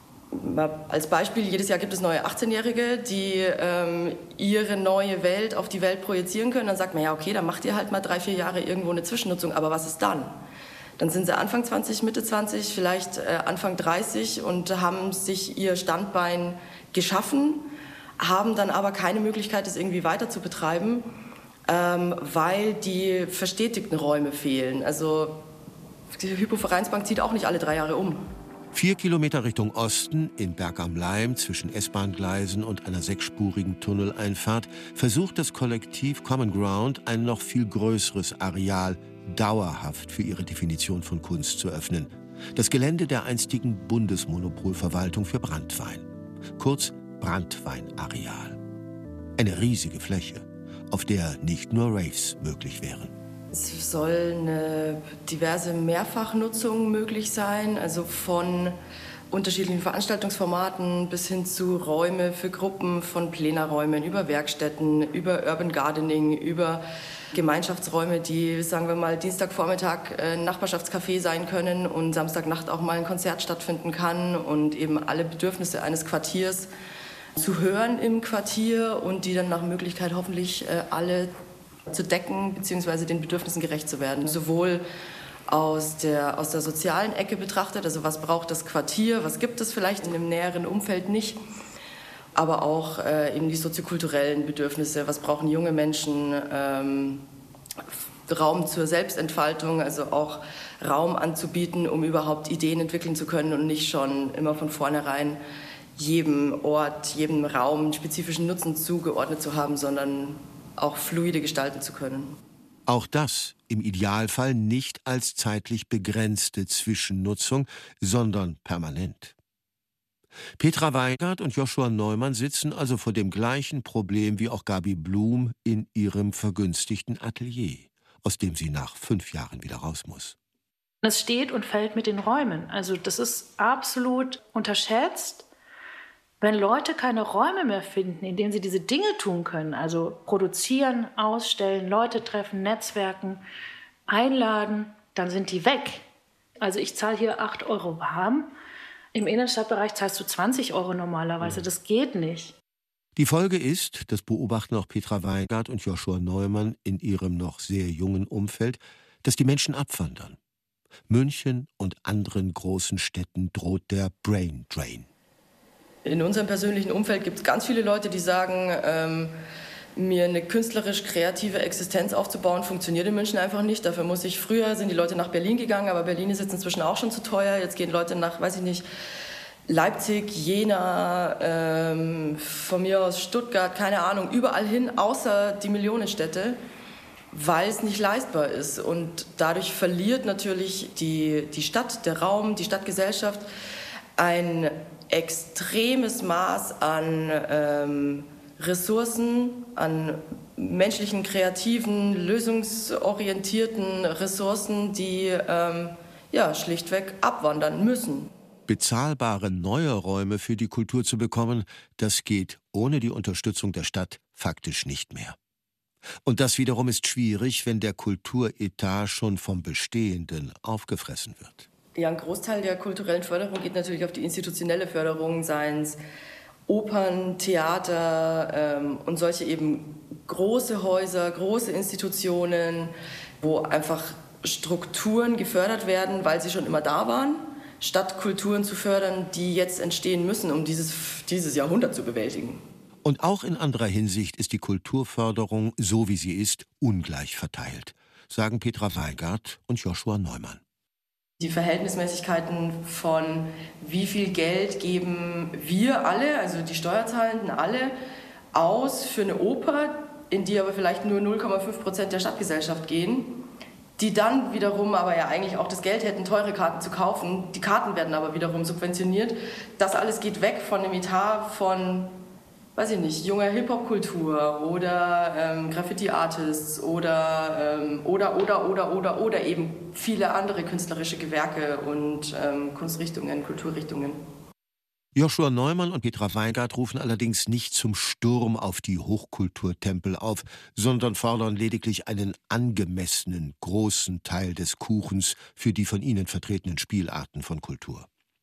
als Beispiel, jedes Jahr gibt es neue achtzehnjährige, die ähm, ihre neue Welt auf die Welt projizieren können. Dann sagt man, ja okay, dann macht ihr halt mal drei, vier Jahre irgendwo eine Zwischennutzung. Aber was ist dann? Dann sind sie Anfang zwanzig, Mitte zwanzig, vielleicht äh, Anfang dreißig und haben sich ihr Standbein geschaffen, haben dann aber keine Möglichkeit, das irgendwie weiter zu betreiben, ähm, weil die verstetigten Räume fehlen. Also die Hypo-Vereinsbank zieht auch nicht alle drei Jahre um. Vier Kilometer Richtung Osten, in Berg am Laim, zwischen S-Bahn-Gleisen und einer sechsspurigen Tunneleinfahrt, versucht das Kollektiv Common Ground ein noch viel größeres Areal dauerhaft für ihre Definition von Kunst zu öffnen. Das Gelände der einstigen Bundesmonopolverwaltung für Branntwein. Kurz Branntweinareal. Eine riesige Fläche, auf der nicht nur Raves möglich wären. Es soll eine diverse Mehrfachnutzung möglich sein, also von unterschiedlichen Veranstaltungsformaten bis hin zu Räume für Gruppen, von Plenarräumen über Werkstätten, über Urban Gardening, über Gemeinschaftsräume, die, sagen wir mal, Dienstagvormittag ein Nachbarschaftscafé sein können und Samstagnacht auch mal ein Konzert stattfinden kann und eben alle Bedürfnisse eines Quartiers zu hören im Quartier und die dann nach Möglichkeit hoffentlich alle zu decken bzw. den Bedürfnissen gerecht zu werden. Sowohl aus der, aus der sozialen Ecke betrachtet, also was braucht das Quartier, was gibt es vielleicht in dem näheren Umfeld nicht, aber auch äh, eben die soziokulturellen Bedürfnisse, was brauchen junge Menschen, ähm, Raum zur Selbstentfaltung, also auch Raum anzubieten, um überhaupt Ideen entwickeln zu können und nicht schon immer von vornherein jedem Ort, jedem Raum einen spezifischen Nutzen zugeordnet zu haben, sondern auch fluide gestalten zu können. Auch das im Idealfall nicht als zeitlich begrenzte Zwischennutzung, sondern permanent. Petra Weigert und Joshua Neumann sitzen also vor dem gleichen Problem wie auch Gabi Blum in ihrem vergünstigten Atelier, aus dem sie nach fünf Jahren wieder raus muss. Es steht und fällt mit den Räumen. Also das ist absolut unterschätzt. Wenn Leute keine Räume mehr finden, in denen sie diese Dinge tun können, also produzieren, ausstellen, Leute treffen, netzwerken, einladen, dann sind die weg. Also ich zahle hier acht Euro warm. Im Innenstadtbereich zahlst du zwanzig Euro normalerweise. Das geht nicht. Die Folge ist, das beobachten auch Petra Weigert und Joshua Neumann in ihrem noch sehr jungen Umfeld, dass die Menschen abwandern. München und anderen großen Städten droht der Brain Drain. In unserem persönlichen Umfeld gibt es ganz viele Leute, die sagen, ähm, mir eine künstlerisch-kreative Existenz aufzubauen, funktioniert in München einfach nicht. Dafür muss ich, früher sind die Leute nach Berlin gegangen, aber Berlin ist jetzt inzwischen auch schon zu teuer. Jetzt gehen Leute nach, weiß ich nicht, Leipzig, Jena, ähm, von mir aus Stuttgart, keine Ahnung, überall hin, außer die Millionenstädte, weil es nicht leistbar ist. Und dadurch verliert natürlich die, die Stadt, der Raum, die Stadtgesellschaft ein extremes Maß an ähm, Ressourcen, an menschlichen, kreativen, lösungsorientierten Ressourcen, die ähm, ja, schlichtweg abwandern müssen. Bezahlbare neue Räume für die Kultur zu bekommen, das geht ohne die Unterstützung der Stadt faktisch nicht mehr. Und das wiederum ist schwierig, wenn der Kulturetat schon vom Bestehenden aufgefressen wird. Ja, ein Großteil der kulturellen Förderung geht natürlich auf die institutionelle Förderung, seien es Opern, Theater ähm, und solche eben große Häuser, große Institutionen, wo einfach Strukturen gefördert werden, weil sie schon immer da waren, statt Kulturen zu fördern, die jetzt entstehen müssen, um dieses, dieses Jahrhundert zu bewältigen. Und auch in anderer Hinsicht ist die Kulturförderung, so wie sie ist, ungleich verteilt, sagen Petra Weigert und Joshua Neumann. Die Verhältnismäßigkeiten von wie viel Geld geben wir alle, also die Steuerzahlenden alle, aus für eine Oper, in die aber vielleicht nur null Komma fünf Prozent der Stadtgesellschaft gehen, die dann wiederum aber ja eigentlich auch das Geld hätten, teure Karten zu kaufen. Die Karten werden aber wiederum subventioniert. Das alles geht weg von dem Etat von, weiß ich nicht, junger Hip-Hop-Kultur oder ähm, Graffiti-Artists oder, ähm, oder, oder, oder, oder, oder eben viele andere künstlerische Gewerke und ähm, Kunstrichtungen, Kulturrichtungen. Joshua Neumann und Petra Weigert rufen allerdings nicht zum Sturm auf die Hochkulturtempel auf, sondern fordern lediglich einen angemessenen, großen Teil des Kuchens für die von ihnen vertretenen Spielarten von Kultur.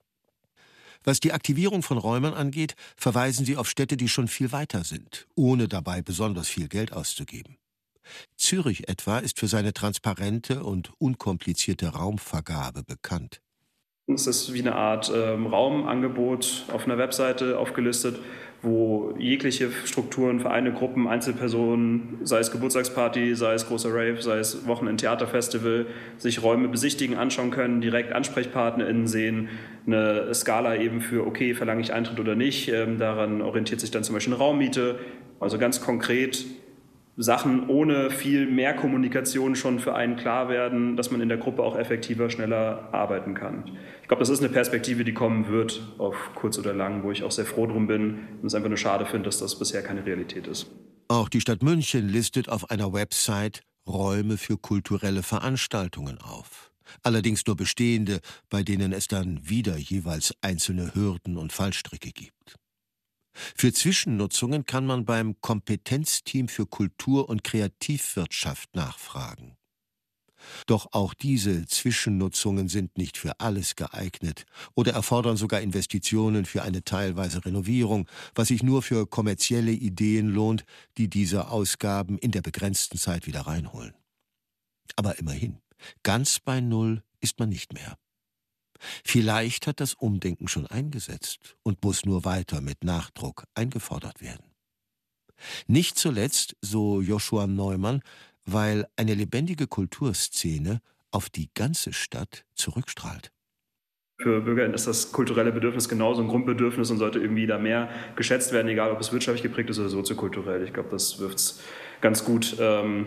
Was die Aktivierung von Räumen angeht, verweisen sie auf Städte, die schon viel weiter sind, ohne dabei besonders viel Geld auszugeben. Zürich etwa ist für seine transparente und unkomplizierte Raumvergabe bekannt. Es ist wie eine Art ähm, Raumangebot auf einer Webseite aufgelistet, wo jegliche Strukturen, Vereine, Gruppen, Einzelpersonen, sei es Geburtstagsparty, sei es großer Rave, sei es Wochenend-Theaterfestival, sich Räume besichtigen, anschauen können, direkt AnsprechpartnerInnen sehen, eine Skala eben für, okay, verlange ich Eintritt oder nicht. Ähm, daran orientiert sich dann zum Beispiel eine Raummiete. Also ganz konkret Sachen ohne viel mehr Kommunikation schon für einen klar werden, dass man in der Gruppe auch effektiver, schneller arbeiten kann. Ich glaube, das ist eine Perspektive, die kommen wird, auf kurz oder lang, wo ich auch sehr froh drum bin und es einfach nur schade finde, dass das bisher keine Realität ist. Auch die Stadt München listet auf einer Website Räume für kulturelle Veranstaltungen auf. Allerdings nur bestehende, bei denen es dann wieder jeweils einzelne Hürden und Fallstricke gibt. Für Zwischennutzungen kann man beim Kompetenzteam für Kultur- und Kreativwirtschaft nachfragen. Doch auch diese Zwischennutzungen sind nicht für alles geeignet oder erfordern sogar Investitionen für eine teilweise Renovierung, was sich nur für kommerzielle Ideen lohnt, die diese Ausgaben in der begrenzten Zeit wieder reinholen. Aber immerhin, ganz bei Null ist man nicht mehr. Vielleicht hat das Umdenken schon eingesetzt und muss nur weiter mit Nachdruck eingefordert werden. Nicht zuletzt, so Joshua Neumann, weil eine lebendige Kulturszene auf die ganze Stadt zurückstrahlt. Für BürgerInnen ist das kulturelle Bedürfnis genauso ein Grundbedürfnis und sollte irgendwie da mehr geschätzt werden, egal ob es wirtschaftlich geprägt ist oder soziokulturell. Ich glaube, das wirft es ganz gut ähm,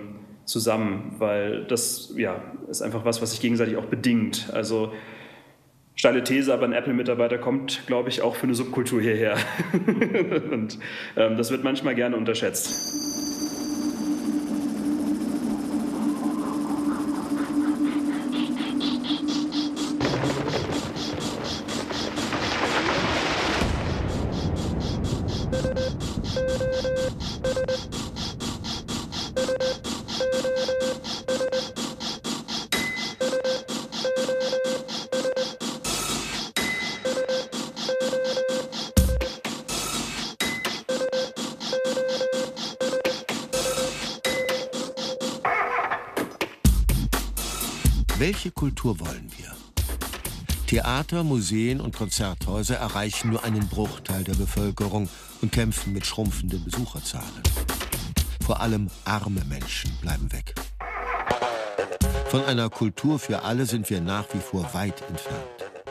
zusammen, weil das ja, ist einfach was, was sich gegenseitig auch bedingt. Also steile These, aber ein Apple-Mitarbeiter kommt, glaube ich, auch für eine Subkultur hierher. Und ähm, das wird manchmal gerne unterschätzt. Welche Kultur wollen wir? Theater, Museen und Konzerthäuser erreichen nur einen Bruchteil der Bevölkerung und kämpfen mit schrumpfenden Besucherzahlen. Vor allem arme Menschen bleiben weg. Von einer Kultur für alle sind wir nach wie vor weit entfernt.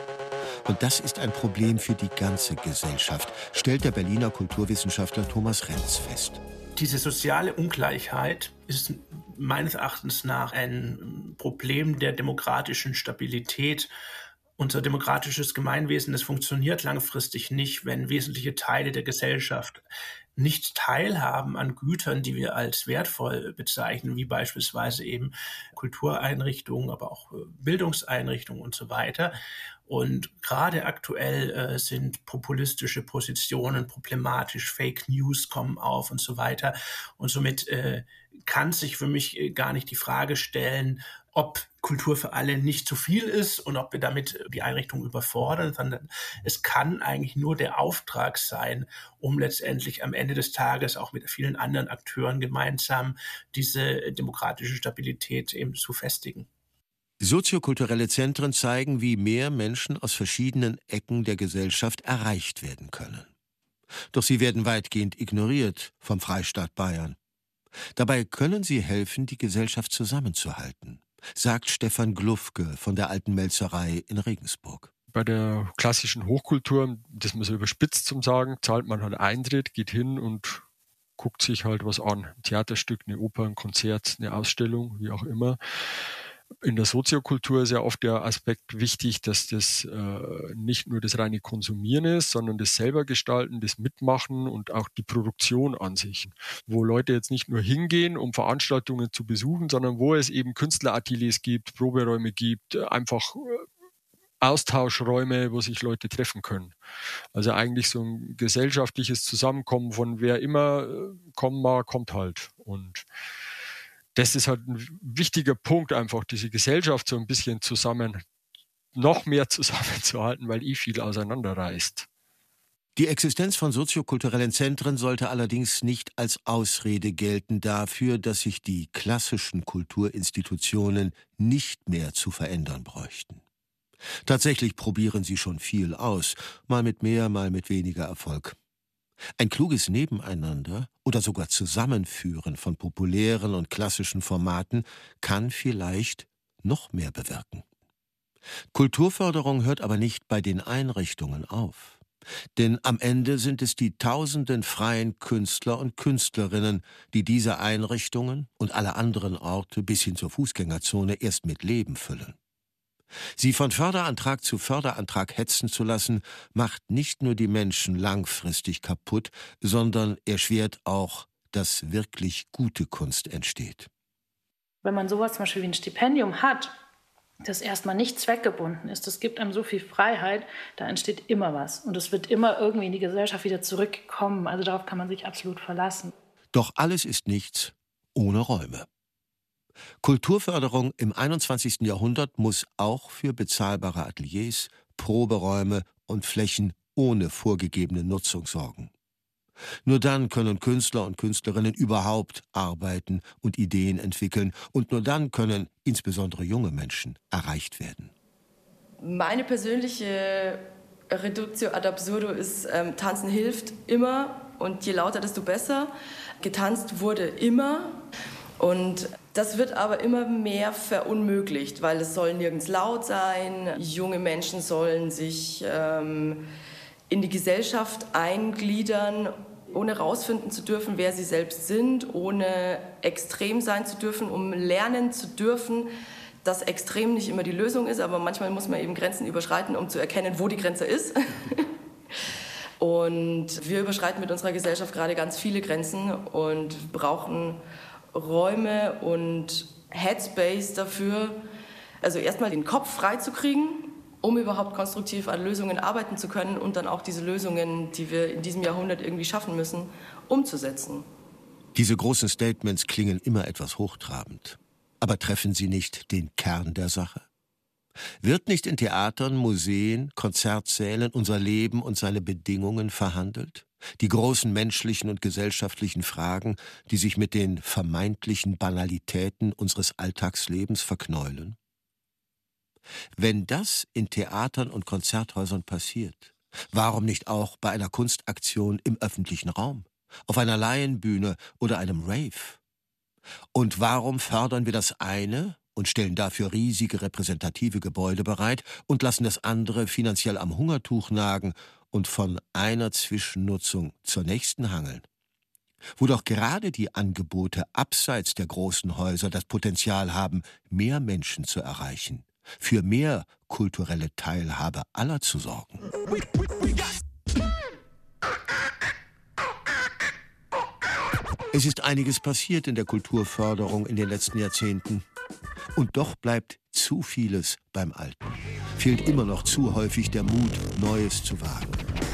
Und das ist ein Problem für die ganze Gesellschaft, stellt der Berliner Kulturwissenschaftler Thomas Renz fest. Diese soziale Ungleichheit ist meines Erachtens nach ein Problem der demokratischen Stabilität. Unser demokratisches Gemeinwesen, das funktioniert langfristig nicht, wenn wesentliche Teile der Gesellschaft nicht teilhaben an Gütern, die wir als wertvoll bezeichnen, wie beispielsweise eben Kultureinrichtungen, aber auch Bildungseinrichtungen und so weiter. Und gerade aktuell äh, sind populistische Positionen problematisch, Fake News kommen auf und so weiter. Und somit äh, kann sich für mich äh, gar nicht die Frage stellen, ob Kultur für alle nicht zu viel ist und ob wir damit die Einrichtung überfordern, sondern es kann eigentlich nur der Auftrag sein, um letztendlich am Ende des Tages auch mit vielen anderen Akteuren gemeinsam diese demokratische Stabilität eben zu festigen. Soziokulturelle Zentren zeigen, wie mehr Menschen aus verschiedenen Ecken der Gesellschaft erreicht werden können. Doch sie werden weitgehend ignoriert vom Freistaat Bayern. Dabei können sie helfen, die Gesellschaft zusammenzuhalten, sagt Stefan Glufke von der Alten Melzerei in Regensburg. Bei der klassischen Hochkultur, das man so überspitzt zum Sagen, zahlt man halt Eintritt, geht hin und guckt sich halt was an. Ein Theaterstück, eine Oper, ein Konzert, eine Ausstellung, wie auch immer. In der Soziokultur ist ja oft der Aspekt wichtig, dass das äh, nicht nur das reine Konsumieren ist, sondern das selber gestalten, das Mitmachen und auch die Produktion an sich. Wo Leute jetzt nicht nur hingehen, um Veranstaltungen zu besuchen, sondern wo es eben Künstlerateliers gibt, Proberäume gibt, einfach Austauschräume, wo sich Leute treffen können. Also eigentlich so ein gesellschaftliches Zusammenkommen von wer immer kommen mag, kommt halt. Und das ist halt ein wichtiger Punkt, einfach diese Gesellschaft so ein bisschen zusammen, noch mehr zusammenzuhalten, weil eh viel auseinanderreißt. Die Existenz von soziokulturellen Zentren sollte allerdings nicht als Ausrede gelten dafür, dass sich die klassischen Kulturinstitutionen nicht mehr zu verändern bräuchten. Tatsächlich probieren sie schon viel aus, mal mit mehr, mal mit weniger Erfolg. Ein kluges Nebeneinander oder sogar Zusammenführen von populären und klassischen Formaten kann vielleicht noch mehr bewirken. Kulturförderung hört aber nicht bei den Einrichtungen auf. Denn am Ende sind es die tausenden freien Künstler und Künstlerinnen, die diese Einrichtungen und alle anderen Orte bis hin zur Fußgängerzone erst mit Leben füllen. Sie von Förderantrag zu Förderantrag hetzen zu lassen, macht nicht nur die Menschen langfristig kaputt, sondern erschwert auch, dass wirklich gute Kunst entsteht. Wenn man sowas zum Beispiel wie ein Stipendium hat, das erstmal nicht zweckgebunden ist, das gibt einem so viel Freiheit, da entsteht immer was. Und es wird immer irgendwie in die Gesellschaft wieder zurückkommen. Also darauf kann man sich absolut verlassen. Doch alles ist nichts ohne Räume. Kulturförderung im einundzwanzigsten Jahrhundert muss auch für bezahlbare Ateliers, Proberäume und Flächen ohne vorgegebene Nutzung sorgen. Nur dann können Künstler und Künstlerinnen überhaupt arbeiten und Ideen entwickeln. Und nur dann können insbesondere junge Menschen erreicht werden. Meine persönliche Reductio ad absurdo ist, ähm, Tanzen hilft immer und je lauter, desto besser. Getanzt wurde immer. Und das wird aber immer mehr verunmöglicht, weil es soll nirgends laut sein. Junge Menschen sollen sich ähm, in die Gesellschaft eingliedern ohne rausfinden zu dürfen, wer sie selbst sind, ohne extrem sein zu dürfen, um lernen zu dürfen, dass extrem nicht immer die Lösung ist, aber manchmal muss man eben Grenzen überschreiten, um zu erkennen, wo die Grenze ist. Und wir überschreiten mit unserer Gesellschaft gerade ganz viele Grenzen und brauchen Räume und Headspace dafür, also erstmal den Kopf frei zu kriegen, um überhaupt konstruktiv an Lösungen arbeiten zu können und dann auch diese Lösungen, die wir in diesem Jahrhundert irgendwie schaffen müssen, umzusetzen. Diese großen Statements klingen immer etwas hochtrabend. Aber treffen sie nicht den Kern der Sache? Wird nicht in Theatern, Museen, Konzertsälen unser Leben und seine Bedingungen verhandelt? Die großen menschlichen und gesellschaftlichen Fragen, die sich mit den vermeintlichen Banalitäten unseres Alltagslebens verknäulen? Wenn das in Theatern und Konzerthäusern passiert, warum nicht auch bei einer Kunstaktion im öffentlichen Raum, auf einer Laienbühne oder einem Rave? Und warum fördern wir das eine und stellen dafür riesige repräsentative Gebäude bereit und lassen das andere finanziell am Hungertuch nagen und von einer Zwischennutzung zur nächsten hangeln? Wo doch gerade die Angebote abseits der großen Häuser das Potenzial haben, mehr Menschen zu erreichen, für mehr kulturelle Teilhabe aller zu sorgen. Es ist einiges passiert in der Kulturförderung in den letzten Jahrzehnten. Und doch bleibt zu vieles beim Alten. Fehlt immer noch zu häufig der Mut, Neues zu wagen.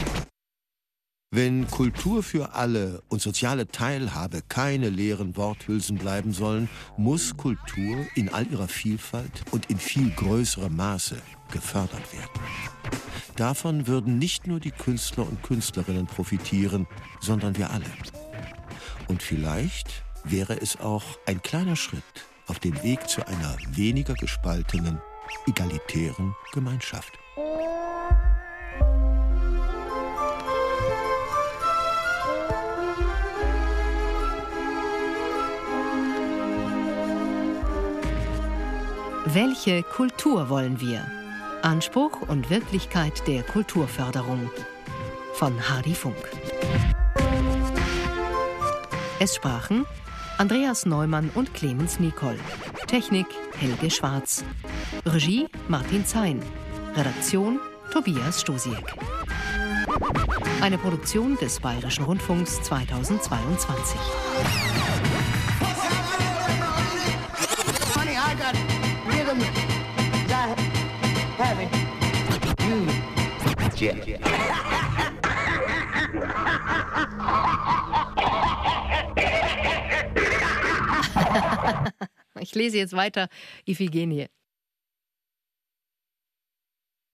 Wenn Kultur für alle und soziale Teilhabe keine leeren Worthülsen bleiben sollen, muss Kultur in all ihrer Vielfalt und in viel größerem Maße gefördert werden. Davon würden nicht nur die Künstler und Künstlerinnen profitieren, sondern wir alle. Und vielleicht wäre es auch ein kleiner Schritt auf dem Weg zu einer weniger gespaltenen, egalitären Gemeinschaft. Welche Kultur wollen wir? Anspruch und Wirklichkeit der Kulturförderung. Von Hardy Funk. Es sprachen Andreas Neumann und Clemens Nicol. Technik Helge Schwarz. Regie Martin Zein. Redaktion Tobias Stosiek. Eine Produktion des Bayerischen Rundfunks zweitausendzweiundzwanzig. Honey, I got rhythm that heavy. You, yeah. Ich lese jetzt weiter Iphigenie.